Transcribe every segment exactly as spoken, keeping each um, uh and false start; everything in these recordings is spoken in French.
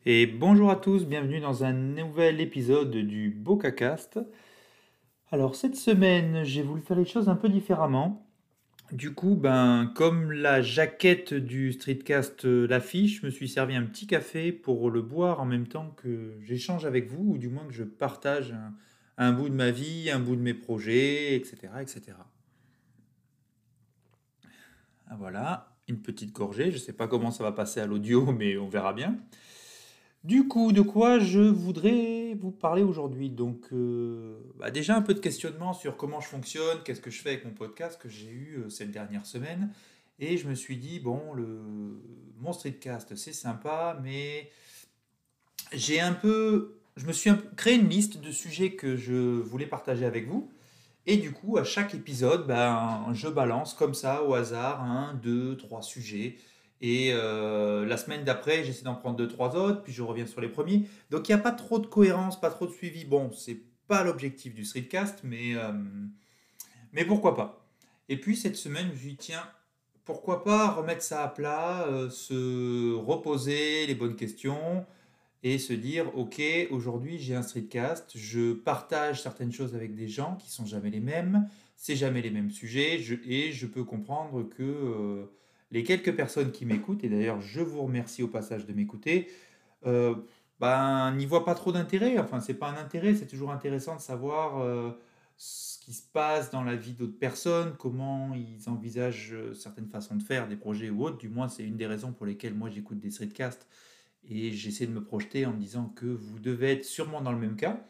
Et bonjour à tous, bienvenue dans un nouvel épisode du BocaCast. Alors cette semaine, j'ai voulu faire les choses un peu différemment. Du coup, ben, comme la jaquette du Streetcast euh, l'affiche, je me suis servi un petit café pour le boire en même temps que j'échange avec vous, ou du moins que je partage un, un bout de ma vie, un bout de mes projets, et cetera, et cetera. Ah, voilà, une petite gorgée. Je ne sais pas comment ça va passer à l'audio, mais on verra bien. Du coup, de quoi je voudrais vous parler aujourd'hui? Donc, euh, bah, déjà un peu de questionnement sur comment je fonctionne, qu'est-ce que je fais avec mon podcast que j'ai eu euh, cette dernière semaine. Et je me suis dit, bon, le, mon streetcast, c'est sympa, mais j'ai un peu, je me suis un peu- créé une liste de sujets que je voulais partager avec vous. Et du coup, à chaque épisode, ben, je balance comme ça au hasard un, deux, trois sujets. Et euh, la semaine d'après, j'essaie d'en prendre deux, trois autres, puis je reviens sur les premiers. Donc il n'y a pas trop de cohérence, pas trop de suivi. Bon, c'est pas l'objectif du streetcast, mais, euh, mais pourquoi pas. Et puis cette semaine, je me suis dit, tiens, pourquoi pas remettre ça à plat, euh, se reposer les bonnes questions, et se dire, ok, aujourd'hui j'ai un streetcast, je partage certaines choses avec des gens qui sont jamais les mêmes, c'est jamais les mêmes sujets, je- et je peux comprendre que euh, les quelques personnes qui m'écoutent, et d'ailleurs je vous remercie au passage de m'écouter, euh, ben, n'y voient pas trop d'intérêt. Enfin, c'est pas un intérêt, c'est toujours intéressant de savoir euh, ce qui se passe dans la vie d'autres personnes, comment ils envisagent euh, certaines façons de faire, des projets ou autres. Du moins, c'est une des raisons pour lesquelles moi j'écoute des streetcasts et j'essaie de me projeter en me disant que vous devez être sûrement dans le même cas,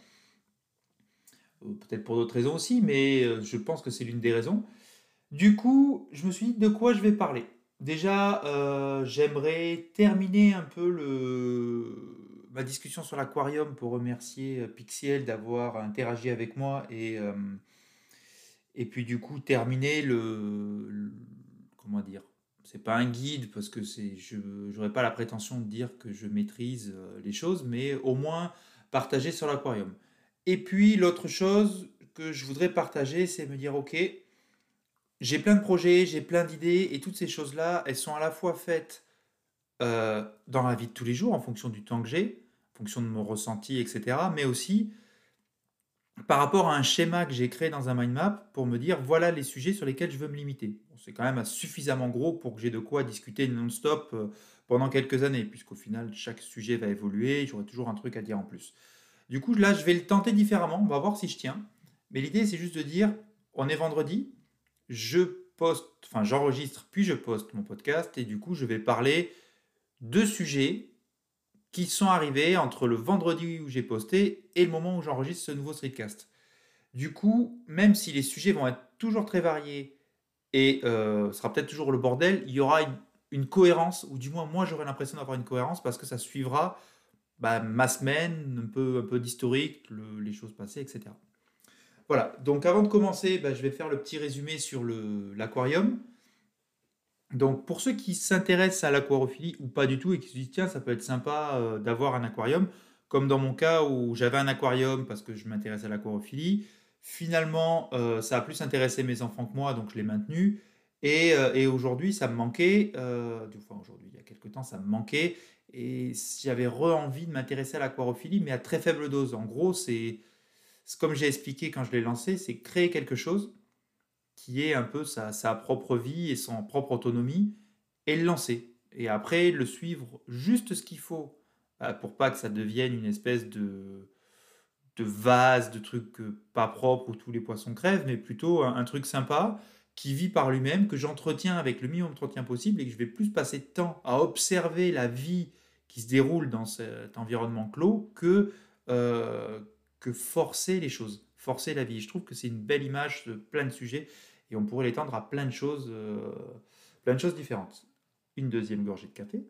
euh, peut-être pour d'autres raisons aussi, mais euh, je pense que c'est l'une des raisons. Du coup, je me suis dit de quoi je vais parler. Déjà, euh, j'aimerais terminer un peu le... ma discussion sur l'aquarium pour remercier euh, Pixiel d'avoir interagi avec moi et, euh, et puis du coup terminer le... le- comment dire? C'est pas un guide parce que c'est, je n'aurais pas la prétention de dire que je maîtrise euh, les choses, mais au moins partager sur l'aquarium. Et puis l'autre chose que je voudrais partager, c'est me dire, ok, j'ai plein de projets, j'ai plein d'idées, et toutes ces choses-là, elles sont à la fois faites euh, dans la vie de tous les jours, en fonction du temps que j'ai, en fonction de mon ressenti, et cetera, mais aussi par rapport à un schéma que j'ai créé dans un mind map pour me dire voilà les sujets sur lesquels je veux me limiter. Bon, c'est quand même suffisamment gros pour que j'ai de quoi discuter non-stop euh, pendant quelques années, puisqu'au final, chaque sujet va évoluer, j'aurai toujours un truc à dire en plus. Du coup, là, je vais le tenter différemment, on va voir si je tiens. Mais l'idée, c'est juste de dire on est vendredi, je poste, enfin j'enregistre, puis je poste mon podcast, et du coup, je vais parler de sujets qui sont arrivés entre le vendredi où j'ai posté et le moment où j'enregistre ce nouveau streetcast. Du coup, même si les sujets vont être toujours très variés et euh, ce sera peut-être toujours le bordel, il y aura une, une cohérence, ou du moins moi j'aurai l'impression d'avoir une cohérence parce que ça suivra bah, ma semaine, un peu, un peu d'historique, le- les choses passées, et cetera. Voilà, donc avant de commencer, bah, je vais faire le petit résumé sur le- l'aquarium. Donc pour ceux qui s'intéressent à l'aquarophilie ou pas du tout et qui se disent tiens ça peut être sympa euh, d'avoir un aquarium, comme dans mon cas où j'avais un aquarium parce que je m'intéressais à l'aquarophilie, finalement euh, ça a plus intéressé mes enfants que moi donc je l'ai maintenu et, euh, et aujourd'hui ça me manquait, euh, enfin aujourd'hui il y a quelques temps ça me manquait et j'avais re-envie de m'intéresser à l'aquarophilie mais à très faible dose. En gros c'est c'est comme j'ai expliqué quand je l'ai lancé, c'est créer quelque chose qui est un peu sa, sa propre vie et son propre autonomie, et le lancer. Et après, le suivre juste ce qu'il faut euh, pour pas que ça devienne une espèce de, de vase, de truc euh, pas propre où tous les poissons crèvent, mais plutôt un, un truc sympa qui vit par lui-même, que j'entretiens avec le minimum d'entretien possible et que je vais plus passer de temps à observer la vie qui se déroule dans cet environnement clos que, euh, que forcer les choses, forcer la vie. Je trouve que c'est une belle image de plein de sujets et on pourrait l'étendre à plein de choses, euh, plein de choses différentes. Une deuxième gorgée de café.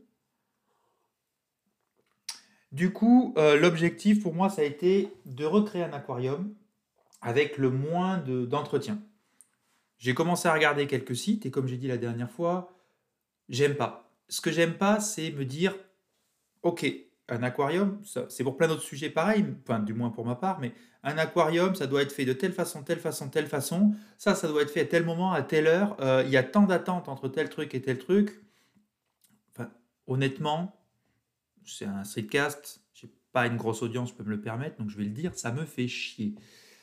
Du coup, euh, l'objectif pour moi, ça a été de recréer un aquarium avec le moins de- d'entretien. J'ai commencé à regarder quelques sites et comme j'ai dit la dernière fois, j'aime pas. Ce que j'aime pas, c'est me dire, ok, un aquarium, ça- c'est pour plein d'autres sujets pareils, enfin du moins pour ma part, mais un aquarium, ça doit être fait de telle façon, telle façon, telle façon. Ça, ça doit être fait à tel moment, à telle heure. Euh, Il y a tant d'attentes entre tel truc et tel truc. Enfin, honnêtement, c'est un streetcast, j'ai pas une grosse audience, je peux me le permettre, donc je vais le dire, ça me fait chier.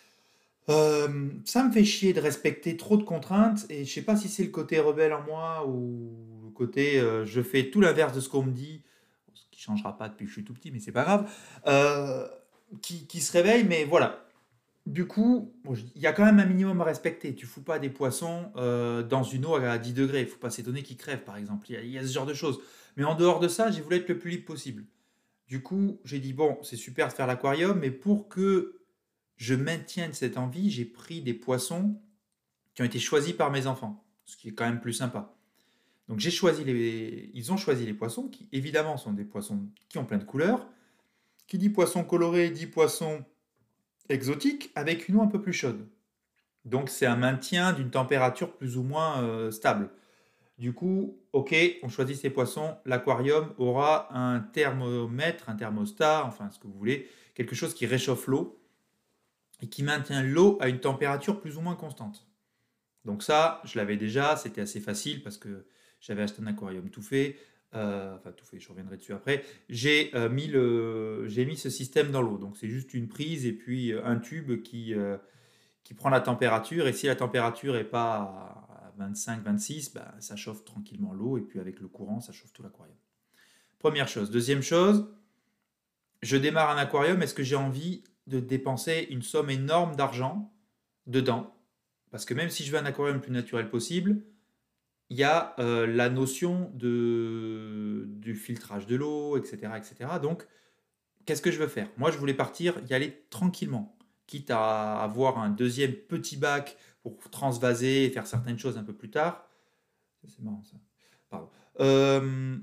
Euh, ça me fait chier de respecter trop de contraintes et je sais pas si c'est le côté rebelle en moi ou le côté euh, je fais tout l'inverse de ce qu'on me dit, ce qui changera pas depuis que je suis tout petit, mais c'est pas grave, euh, qui, qui se réveille, mais voilà. Du coup, bon, je- il y a quand même un minimum à respecter. Tu fous pas des poissons euh, dans une eau à dix degrés. Il faut pas s'étonner qu'ils crèvent, par exemple. Il y, a, il y a ce genre de choses. Mais en dehors de ça, j'ai voulu être le plus libre possible. Du coup, j'ai dit, bon, c'est super de faire l'aquarium, mais pour que je maintienne cette envie, j'ai pris des poissons qui ont été choisis par mes enfants, ce qui est quand même plus sympa. Donc j'ai choisi les, ils ont choisi les poissons qui évidemment sont des poissons qui ont plein de couleurs. Qui dit poisson coloré dit poisson exotique avec une eau un peu plus chaude. Donc c'est un maintien d'une température plus ou moins euh, stable. Du coup, ok, on choisit ces poissons. L'aquarium aura un thermomètre, un thermostat, enfin ce que vous voulez, quelque chose qui réchauffe l'eau et qui maintient l'eau à une température plus ou moins constante. Donc ça, je l'avais déjà, c'était assez facile parce que j'avais acheté un aquarium tout fait. Euh, enfin tout fait, je reviendrai dessus après. J'ai euh, mis, le, j'ai mis ce système dans l'eau. Donc c'est juste une prise et puis euh, un tube qui, euh, qui prend la température. Et si la température n'est pas à vingt-cinq vingt-six, bah, ça chauffe tranquillement l'eau. Et puis avec le courant, ça chauffe tout l'aquarium. Première chose. Deuxième chose, je démarre un aquarium. Est-ce que j'ai envie de dépenser une somme énorme d'argent dedans? Parce que même si je veux un aquarium le plus naturel possible, il y a euh, la notion de, du filtrage de l'eau, et cetera, et cetera. Donc, qu'est-ce que je veux faire? Moi, je voulais partir, y aller tranquillement, quitte à avoir un deuxième petit bac pour transvaser et faire certaines choses un peu plus tard. Ça, c'est marrant, ça. Pardon. Euh,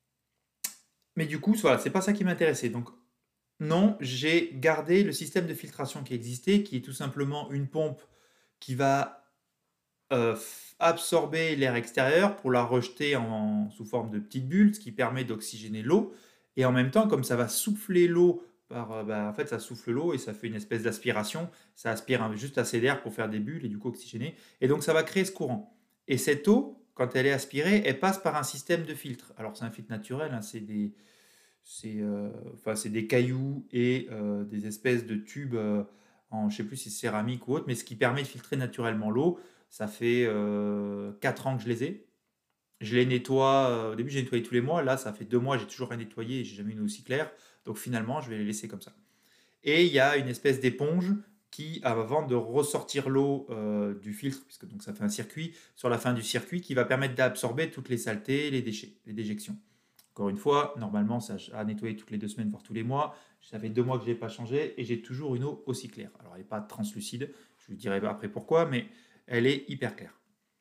mais du coup, voilà, c'est pas ça qui m'intéressait. Donc, non, j'ai gardé le système de filtration qui existait, qui est tout simplement une pompe qui va euh, absorber l'air extérieur pour la rejeter en, sous forme de petites bulles, ce qui permet d'oxygéner l'eau. Et en même temps, comme ça va souffler l'eau, par, euh, bah, en fait, ça souffle l'eau et ça fait une espèce d'aspiration. Ça aspire un- juste assez d'air pour faire des bulles et du coup oxygéner. Et donc, ça va créer ce courant. Et cette eau, quand elle est aspirée, elle passe par un système de filtre. Alors, c'est un filtre naturel, hein, c'est des, c'est, euh, enfin, c'est des cailloux et euh, des espèces de tubes euh, en, je sais plus si c'est céramique ou autre, mais ce qui permet de filtrer naturellement l'eau. Ça fait euh, quatre ans que je les ai. Je les nettoie, euh, au début j'ai nettoyé tous les mois, là ça fait deux mois, j'ai toujours rien nettoyé et j'ai jamais une eau aussi claire. Donc finalement, je vais les laisser comme ça. Et il y a une espèce d'éponge qui, avant de ressortir l'eau euh, du filtre, puisque donc ça fait un circuit, sur la fin du circuit, qui va permettre d'absorber toutes les saletés, les déchets, les déjections. Encore une fois, normalement, ça a nettoyé toutes les deux semaines, voire tous les mois. Ça fait deux mois que je ne l'ai pas changé et j'ai toujours une eau aussi claire. Alors, elle n'est pas translucide, je vous dirai après pourquoi, mais elle est hyper claire.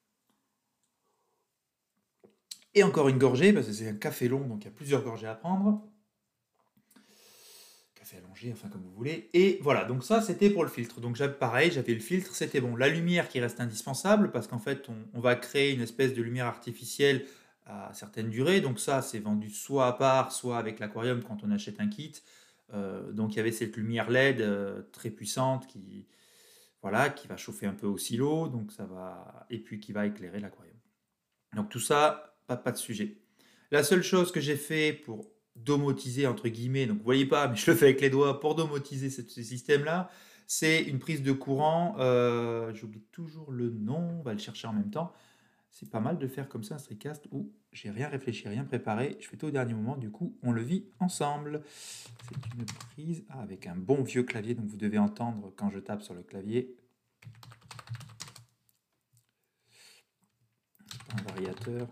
Et encore une gorgée, parce que c'est un café long, donc il y a plusieurs gorgées à prendre. Café allongé, enfin comme vous voulez. Et voilà, donc ça c'était pour le filtre. Donc j'avais pareil, j'avais le filtre, c'était bon. La lumière qui reste indispensable, parce qu'en fait on, on va créer une espèce de lumière artificielle à certaines durées. Donc ça c'est vendu soit à part, soit avec l'aquarium quand on achète un kit. Euh, donc il y avait cette lumière L E D euh, très puissante qui, voilà, qui va chauffer un peu aussi l'eau, donc ça va, et puis qui va éclairer l'aquarium. Donc tout ça, pas, pas de sujet. La seule chose que j'ai fait pour domotiser, entre guillemets, donc vous voyez pas, mais je le fais avec les doigts, pour domotiser ce, ce système-là, c'est une prise de courant, euh, j'oublie toujours le nom, on va le chercher en même temps. C'est pas mal de faire comme ça un streetcast où j'ai rien réfléchi, rien préparé, je fais tout au dernier moment, du coup on le vit ensemble. C'est une prise ah, avec un bon vieux clavier, donc vous devez entendre quand je tape sur le clavier. Un variateur.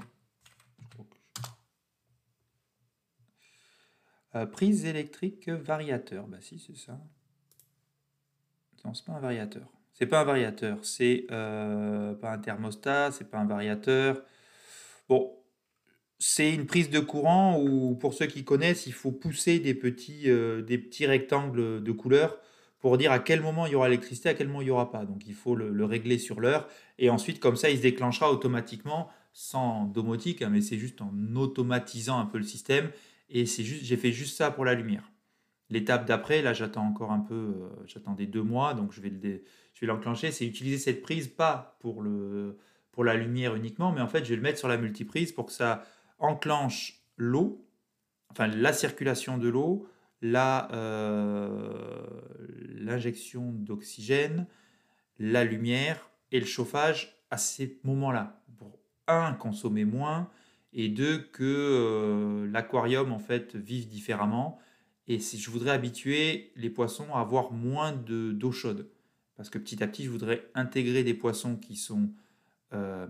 Euh, prise électrique variateur. Bah si, c'est ça. Non, c'est pas un variateur. C'est pas un variateur. C'est euh, pas un thermostat. C'est pas un variateur. Bon, c'est une prise de courant où, pour ceux qui connaissent, il faut pousser des petits, euh, des petits rectangles de couleur pour dire à quel moment il y aura l'électricité, à quel moment il n'y aura pas. Donc il faut le, le régler sur l'heure. Et ensuite, comme ça, il se déclenchera automatiquement, sans domotique, hein, mais c'est juste en automatisant un peu le système. Et c'est juste, j'ai fait juste ça pour la lumière. L'étape d'après, là j'attends encore un peu, euh, j'attendais deux mois, donc je vais, le dé- je vais l'enclencher. C'est utiliser cette prise pas pour, le, pour la lumière uniquement, mais en fait je vais le mettre sur la multiprise pour que ça enclenche l'eau enfin la circulation de l'eau, la, euh, l'injection d'oxygène, la lumière et le chauffage à ces moments-là. Pour un, consommer moins, et deux, que euh, l'aquarium en fait vive différemment. Et si je voudrais habituer les poissons à avoir moins de, d'eau chaude. Parce que petit à petit, je voudrais intégrer des poissons qui sont euh,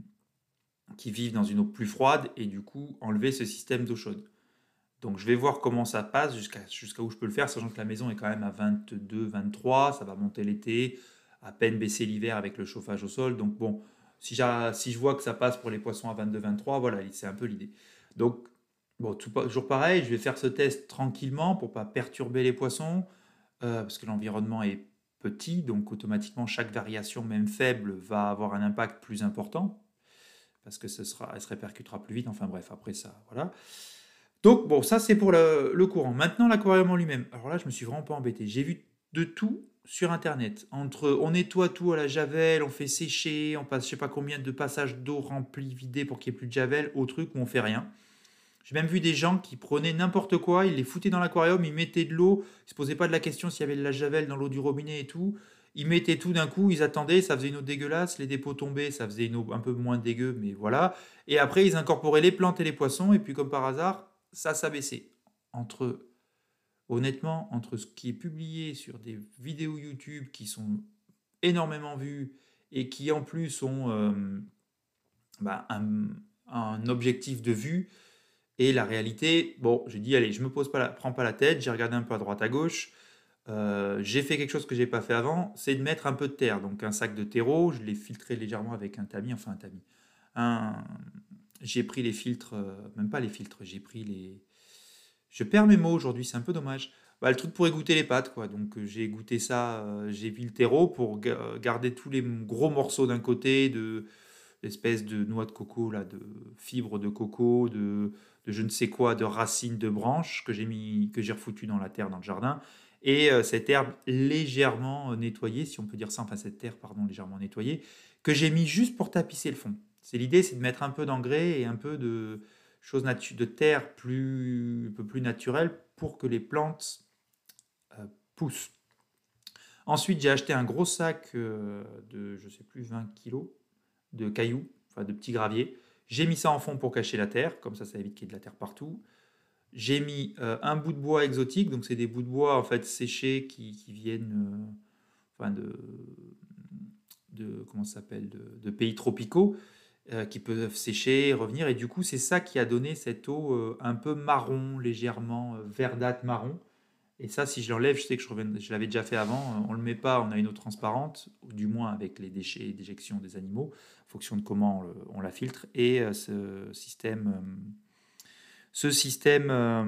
qui vivent dans une eau plus froide et du coup enlever ce système d'eau chaude. Donc je vais voir comment ça passe jusqu'à jusqu'à où je peux le faire, sachant que la maison est quand même à vingt-deux, vingt-trois, ça va monter l'été, à peine baisser l'hiver avec le chauffage au sol. Donc bon, si, si je vois que ça passe pour les poissons à vingt-deux, vingt-trois, voilà, c'est un peu l'idée. Donc bon, tout, toujours pareil, je vais faire ce test tranquillement pour pas perturber les poissons, euh, parce que l'environnement est petit, donc automatiquement chaque variation, même faible, va avoir un impact plus important, parce que ce sera, elle se répercutera plus vite. Enfin bref, après ça, voilà. Donc, bon, ça c'est pour le, le courant. Maintenant, l'aquarium en lui-même. Alors là, je me suis vraiment pas embêté. J'ai vu de tout sur Internet. Entre on nettoie tout à la javel, on fait sécher, on passe je sais pas combien de passages d'eau remplis, vidés pour qu'il n'y ait plus de javel, au truc où on fait rien. J'ai même vu des gens qui prenaient n'importe quoi, ils les foutaient dans l'aquarium, ils mettaient de l'eau, ils se posaient pas de la question s'il y avait de la javel dans l'eau du robinet et tout. Ils mettaient tout d'un coup, ils attendaient, ça faisait une eau dégueulasse, les dépôts tombaient, ça faisait une eau un peu moins dégueu, mais voilà. Et après, ils incorporaient les plantes et les poissons, et puis comme par hasard, ça s'abaissait. Entre, honnêtement, entre ce qui est publié sur des vidéos YouTube qui sont énormément vues et qui en plus ont euh, bah, un, un objectif de vue, et la réalité, bon, j'ai dit, allez, je me pose pas la, prends pas la tête, j'ai regardé un peu à droite à gauche, euh, j'ai fait quelque chose que j'ai pas fait avant, c'est de mettre un peu de terre, donc un sac de terreau, je l'ai filtré légèrement avec un tamis, enfin un tamis. Un, j'ai pris les filtres, euh, même pas les filtres, j'ai pris les... Je perds mes mots aujourd'hui, c'est un peu dommage. Bah, le truc pour égoutter les pâtes, quoi. Donc euh, j'ai goûté ça, euh, j'ai vu le terreau pour ga- garder tous les gros morceaux d'un côté, de l'espèce de noix de coco, là, de fibres de coco, de, de je ne sais quoi, de racines, de branches que j'ai mis, que j'ai refoutu dans la terre dans le jardin. Et euh, cette herbe légèrement euh, nettoyée, si on peut dire ça, enfin cette terre, pardon, légèrement nettoyée, que j'ai mis juste pour tapisser le fond. C'est l'idée, c'est de mettre un peu d'engrais et un peu de choses natu- de terre plus, un peu plus naturelle pour que les plantes euh, poussent. Ensuite, j'ai acheté un gros sac euh, de, je sais plus, vingt kilos de cailloux, enfin de petits graviers. J'ai mis ça en fond pour cacher la terre, comme ça, ça évite qu'il y ait de la terre partout. J'ai mis euh, un bout de bois exotique, donc c'est des bouts de bois en fait séchés qui, qui viennent euh, enfin de, de comment ça s'appelle de, de pays tropicaux euh, qui peuvent sécher, revenir, et du coup c'est ça qui a donné cette eau euh, un peu marron, légèrement euh, verdâtre marron. Et ça, si je l'enlève, je sais que je, reviens- je l'avais déjà fait avant, on ne le met pas, on a une eau transparente, ou du moins avec les déchets d'éjection des animaux, en fonction de comment on, le- on la filtre. Et euh, ce système, euh, ce système, euh,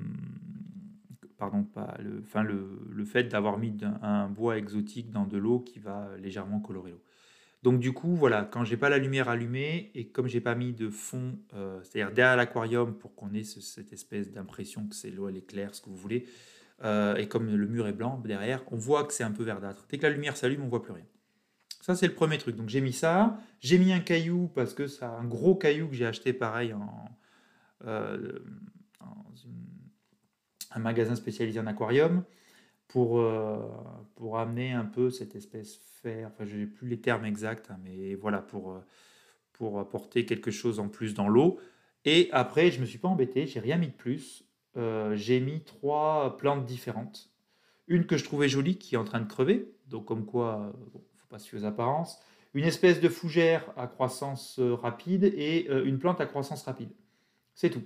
pardon, pas le, enfin le, le fait d'avoir mis d'un- un bois exotique dans de l'eau qui va légèrement colorer l'eau. Donc du coup, voilà, quand j'ai pas la lumière allumée et comme j'ai pas mis de fond, euh, c'est-à-dire derrière l'aquarium pour qu'on ait ce- cette espèce d'impression que c'est l'eau, elle est claire, ce que vous voulez, euh, et comme le mur est blanc derrière, on voit que c'est un peu verdâtre. Dès que la lumière s'allume, on voit plus rien. Ça, c'est le premier truc. Donc j'ai mis ça. J'ai mis un caillou parce que c'est un gros caillou que j'ai acheté pareil en, euh, dans une- un magasin spécialisé en aquarium pour, euh, pour amener un peu cette espèce fer. Enfin, je n'ai plus les termes exacts, hein, mais voilà, pour, euh, pour apporter quelque chose en plus dans l'eau. Et après, je me suis pas embêté, j'ai rien mis de plus. Euh, j'ai mis trois plantes différentes. Une que je trouvais jolie qui est en train de crever, donc comme quoi, il bon, faut pas se fier aux apparences. Une espèce de fougère à croissance euh, rapide et euh, une plante à croissance rapide. C'est tout.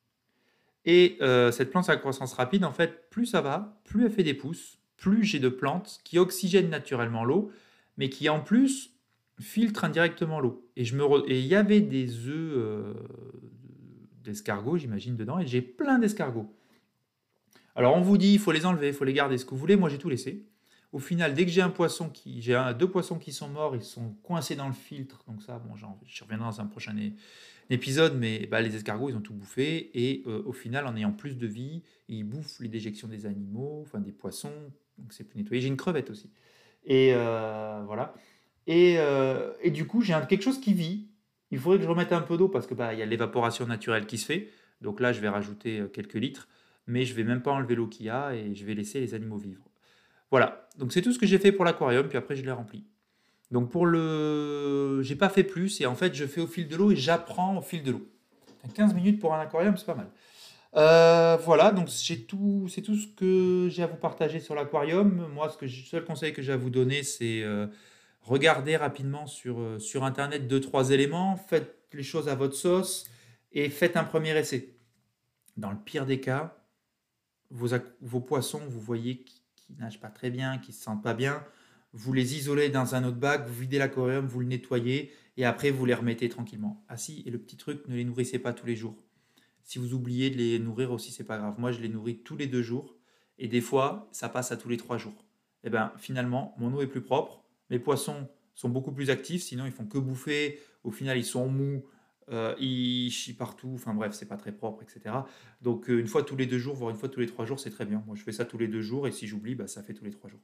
Et euh, cette plante à croissance rapide, en fait, plus ça va, plus elle fait des pousses, plus j'ai de plantes qui oxygènent naturellement l'eau, mais qui en plus filtrent indirectement l'eau. Et je me re- et il y avait des œufs euh, d'escargots, j'imagine, dedans, et j'ai plein d'escargots. Alors on vous dit, il faut les enlever, il faut les garder, ce que vous voulez. Moi j'ai tout laissé. Au final, dès que j'ai un poisson qui, j'ai un- deux poissons qui sont morts, ils sont coincés dans le filtre. Donc ça, bon, j'en- je reviendrai dans un prochain é- épisode, mais bah, les escargots, ils ont tout bouffé. Et euh, au final, en ayant plus de vie, ils bouffent les déjections des animaux, enfin des poissons. Donc c'est plus nettoyé. J'ai une crevette aussi. Et euh, voilà. Et, euh, et du coup, j'ai un- quelque chose qui vit. Il faudrait que je remette un peu d'eau parce que bah, il y a l'évaporation naturelle qui se fait. Donc là, je vais rajouter euh, quelques litres, mais je vais même pas enlever l'eau qu'il y a et je vais laisser les animaux vivre. Voilà, donc c'est tout ce que j'ai fait pour l'aquarium, puis après je l'ai rempli. Donc pour le... J'ai pas fait plus, et en fait je fais au fil de l'eau et j'apprends au fil de l'eau. quinze minutes pour un aquarium, c'est pas mal. Euh, voilà, donc j'ai tout, c'est tout ce que j'ai à vous partager sur l'aquarium. Moi, ce que le seul conseil que j'ai à vous donner, c'est euh, regarder rapidement sur, euh, sur Internet deux, trois éléments, faites les choses à votre sauce et faites un premier essai. Dans le pire des cas, vos, vos poissons, vous voyez qui, qui nagent pas très bien, qui se sentent pas bien, vous les isolez dans un autre bac, vous videz l'aquarium, vous le nettoyez et après vous les remettez tranquillement. Ah si, et le petit truc, ne les nourrissez pas tous les jours. Si vous oubliez de les nourrir aussi, c'est pas grave. Moi, je les nourris tous les deux jours et des fois, ça passe à tous les trois jours. Et bien, finalement, mon eau est plus propre. Mes poissons sont beaucoup plus actifs, sinon ils font que bouffer. Au final, ils sont mous, euh, ils chient partout. Enfin bref, c'est pas très propre, et cetera. Donc, euh, une fois tous les deux jours, voire une fois tous les trois jours, c'est très bien. Moi, je fais ça tous les deux jours et si j'oublie, bah, ça fait tous les trois jours.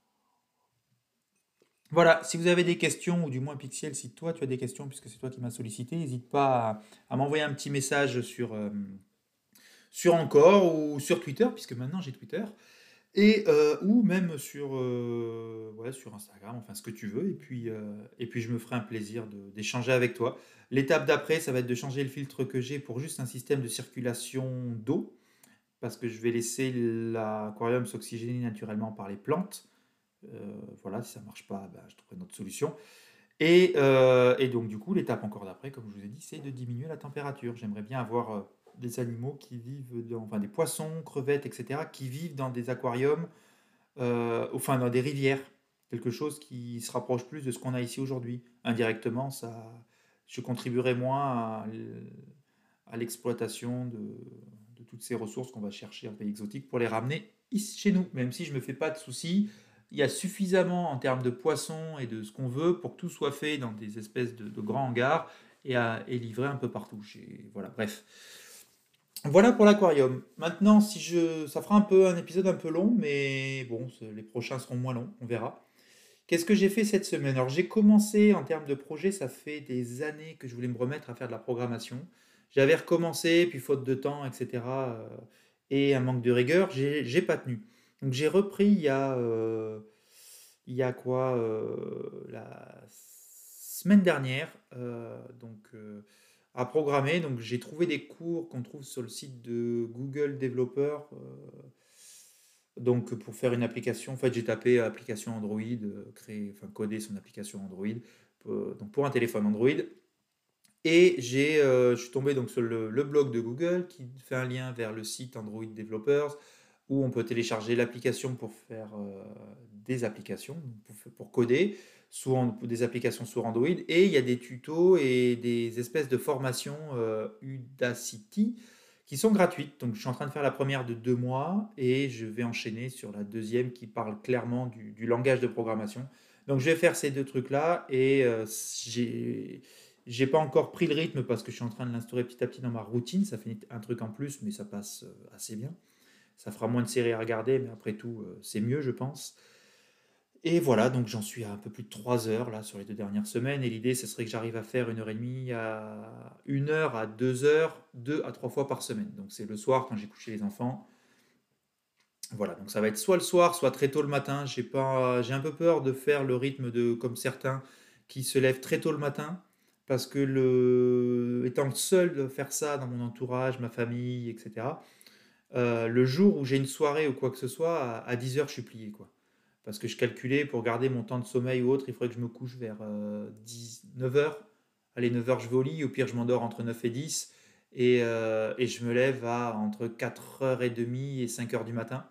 Voilà, si vous avez des questions, ou du moins Pixel, si toi tu as des questions, puisque c'est toi qui m'as sollicité, n'hésite pas à, à m'envoyer un petit message sur, euh, sur Encore ou sur Twitter, puisque maintenant j'ai Twitter, et euh, ou même sur, euh, ouais, sur Instagram, enfin ce que tu veux, et puis, euh, et puis je me ferai un plaisir de- d'échanger avec toi. L'étape d'après, ça va être de changer le filtre que j'ai pour juste un système de circulation d'eau, parce que je vais laisser l'aquarium s'oxygéner naturellement par les plantes. Euh, voilà, si ça marche pas, ben, je trouverai une autre solution. Et, euh, et donc, du coup, l'étape encore d'après, comme je vous ai dit, c'est de diminuer la température. J'aimerais bien avoir euh, des animaux qui vivent dans, enfin des poissons, crevettes, et cetera, qui vivent dans des aquariums, euh, enfin dans des rivières. Quelque chose qui se rapproche plus de ce qu'on a ici aujourd'hui. Indirectement, ça, je contribuerai moins à, l- à l'exploitation de, de toutes ces ressources qu'on va chercher en pays exotique pour les ramener ici chez nous. Même si je ne me fais pas de soucis, il y a suffisamment en termes de poissons et de ce qu'on veut pour que tout soit fait dans des espèces de, de grands hangars et, à, et livré un peu partout. J'ai- Voilà, bref. Voilà pour l'aquarium. Maintenant, si je, ça fera un peu un épisode un peu long, mais bon, ce- les prochains seront moins longs, on verra. Qu'est-ce que j'ai fait cette semaine? Alors j'ai commencé en termes de projet, ça fait des années que je voulais me remettre à faire de la programmation. J'avais recommencé, puis faute de temps, et cetera euh, et un manque de rigueur, j'ai j'ai pas tenu. Donc j'ai repris il y a, euh, il y a quoi euh, la semaine dernière, euh, donc euh, à programmer. Donc j'ai trouvé des cours qu'on trouve sur le site de Google Developer. euh, donc pour faire une application, en fait j'ai tapé application Android, euh, créer, enfin coder son application Android, euh, donc pour un téléphone Android. Et j'ai, euh, je suis tombé donc sur le, le blog de Google qui fait un lien vers le site Android Developers où on peut télécharger l'application pour faire euh, des applications, pour, pour coder, sous, an- pour des applications sur Android. Et il y a des tutos et des espèces de formations euh, Udacity qui sont gratuites. Donc je suis en train de faire la première de deux mois et je vais enchaîner sur la deuxième qui parle clairement du, du langage de programmation. Donc je vais faire ces deux trucs-là et euh, j'ai j'ai pas encore pris le rythme parce que je suis en train de l'instaurer petit à petit dans ma routine. Ça fait un truc en plus, mais ça passe euh, assez bien. Ça fera moins de séries à regarder, mais après tout, euh, c'est mieux, je pense. Et voilà, donc j'en suis à un peu plus de trois heures là sur les deux dernières semaines. Et l'idée, ce serait que j'arrive à faire une heure et demie à une heure à deux heures, deux à trois fois par semaine. Donc c'est le soir quand j'ai couché les enfants. Voilà, donc ça va être soit le soir, soit très tôt le matin. J'ai pas, j'ai un peu peur de faire le rythme de comme certains qui se lèvent très tôt le matin, parce que le, étant le seul de faire ça dans mon entourage, ma famille, et cetera. euh, le jour où j'ai une soirée ou quoi que ce soit, à, à dix heures, je suis plié, quoi. Parce que je calculais pour garder mon temps de sommeil ou autre, il faudrait que je me couche vers euh, neuf heures. Allez, neuf heures, je vais au lit. Au pire, je m'endors entre neuf et dix. Et, euh, et je me lève à entre quatre heures trente et cinq heures du matin.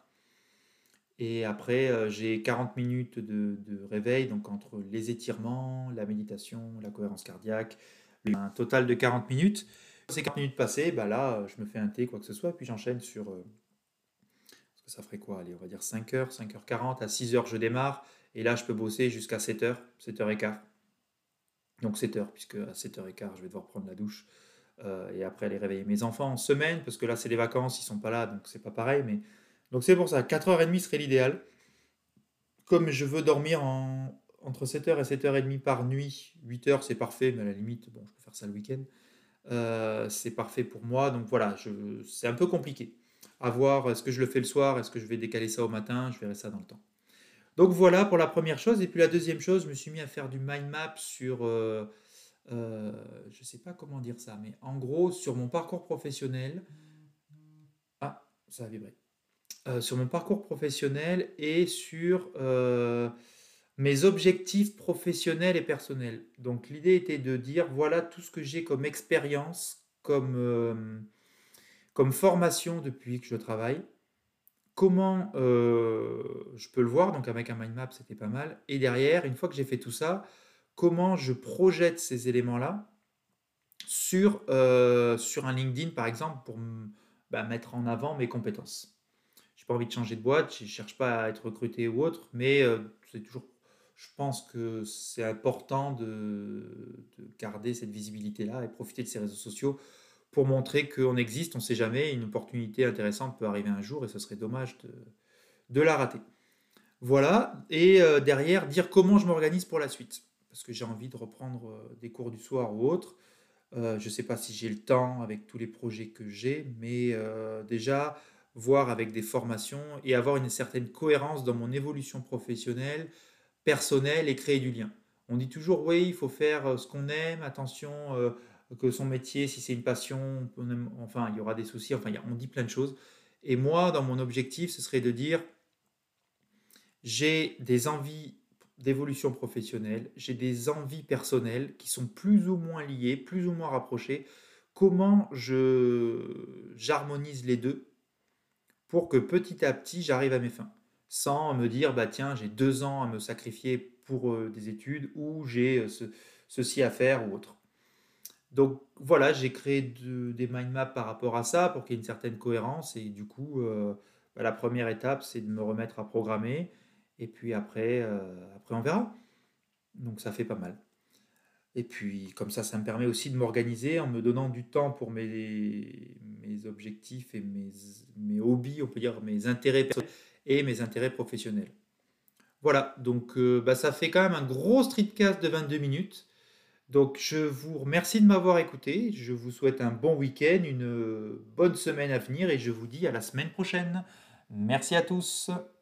Et après, euh, j'ai quarante minutes de, de réveil, donc entre les étirements, la méditation, la cohérence cardiaque, un total de quarante minutes. Ces quarante minutes passées, bah là, euh, je me fais un thé, quoi que ce soit, puis j'enchaîne sur... euh, parce que ça ferait quoi? Allez, on va dire cinq heures, cinq heures quarante, à six heures je démarre, et là je peux bosser jusqu'à sept heures, sept heures quinze. Donc sept heures, puisque à sept heures quinze, je vais devoir prendre la douche, euh, et après aller réveiller mes enfants en semaine, parce que là c'est les vacances, ils sont pas là, donc c'est pas pareil, mais... Donc c'est pour ça, quatre heures trente serait l'idéal. Comme je veux dormir en- entre sept heures et sept heures trente par nuit, huit heures c'est parfait, mais à la limite, bon, je peux faire ça le week-end. Euh, c'est parfait pour moi. Donc voilà, je, c'est un peu compliqué. À voir, est-ce que je le fais le soir, est-ce que je vais décaler ça au matin, je verrai ça dans le temps. Donc voilà pour la première chose. Et puis la deuxième chose, je me suis mis à faire du mind map sur, euh, euh, je ne sais pas comment dire ça, mais en gros, sur mon parcours professionnel. Ah, ça a vibré. Euh, sur mon parcours professionnel et sur euh, mes objectifs professionnels et personnels. Donc l'idée était de dire, voilà tout ce que j'ai comme expérience, comme, euh, comme formation depuis que je travaille. Comment euh, je peux le voir, donc avec un mind map c'était pas mal. Et derrière, une fois que j'ai fait tout ça, comment je projette ces éléments-là sur, euh, sur un LinkedIn par exemple pour m- bah, mettre en avant mes compétences. J'ai pas envie de changer de boîte, je cherche pas à être recruté ou autre, mais euh, c'est toujours, je pense que c'est important de, de garder cette visibilité-là et profiter de ces réseaux sociaux pour montrer qu'on existe, on ne sait jamais, une opportunité intéressante peut arriver un jour et ce serait dommage de, de la rater. Voilà, et euh, derrière, dire comment je m'organise pour la suite, parce que j'ai envie de reprendre euh, des cours du soir ou autre. Euh, je ne sais pas si j'ai le temps avec tous les projets que j'ai, mais euh, déjà voir avec des formations et avoir une certaine cohérence dans mon évolution professionnelle, personnelle et créer du lien. On dit toujours, oui, il faut faire euh, ce qu'on aime, attention, euh, que son métier, si c'est une passion, on aime- enfin, il y aura des soucis, enfin, il y a- on dit plein de choses. Et moi, dans mon objectif, ce serait de dire, j'ai des envies d'évolution professionnelle, j'ai des envies personnelles qui sont plus ou moins liées, plus ou moins rapprochées. Comment je j'harmonise les deux pour que petit à petit j'arrive à mes fins, sans me dire bah tiens j'ai deux ans à me sacrifier pour euh, des études ou j'ai euh, ce- ceci à faire ou autre. Donc voilà, j'ai créé de- des mind maps par rapport à ça pour qu'il y ait une certaine cohérence et du coup, euh, bah, la première étape c'est de me remettre à programmer et puis après, euh, après on verra. Donc ça fait pas mal. Et puis comme ça, ça me permet aussi de m'organiser en me donnant du temps pour mes, mes objectifs et mes, mes hobbies, on peut dire mes intérêts personnels et mes intérêts professionnels. Voilà, donc euh, bah, ça fait quand même un gros streetcast de vingt-deux minutes. Donc je vous remercie de m'avoir écouté, je vous souhaite un bon week-end, une bonne semaine à venir et je vous dis à la semaine prochaine. Merci à tous.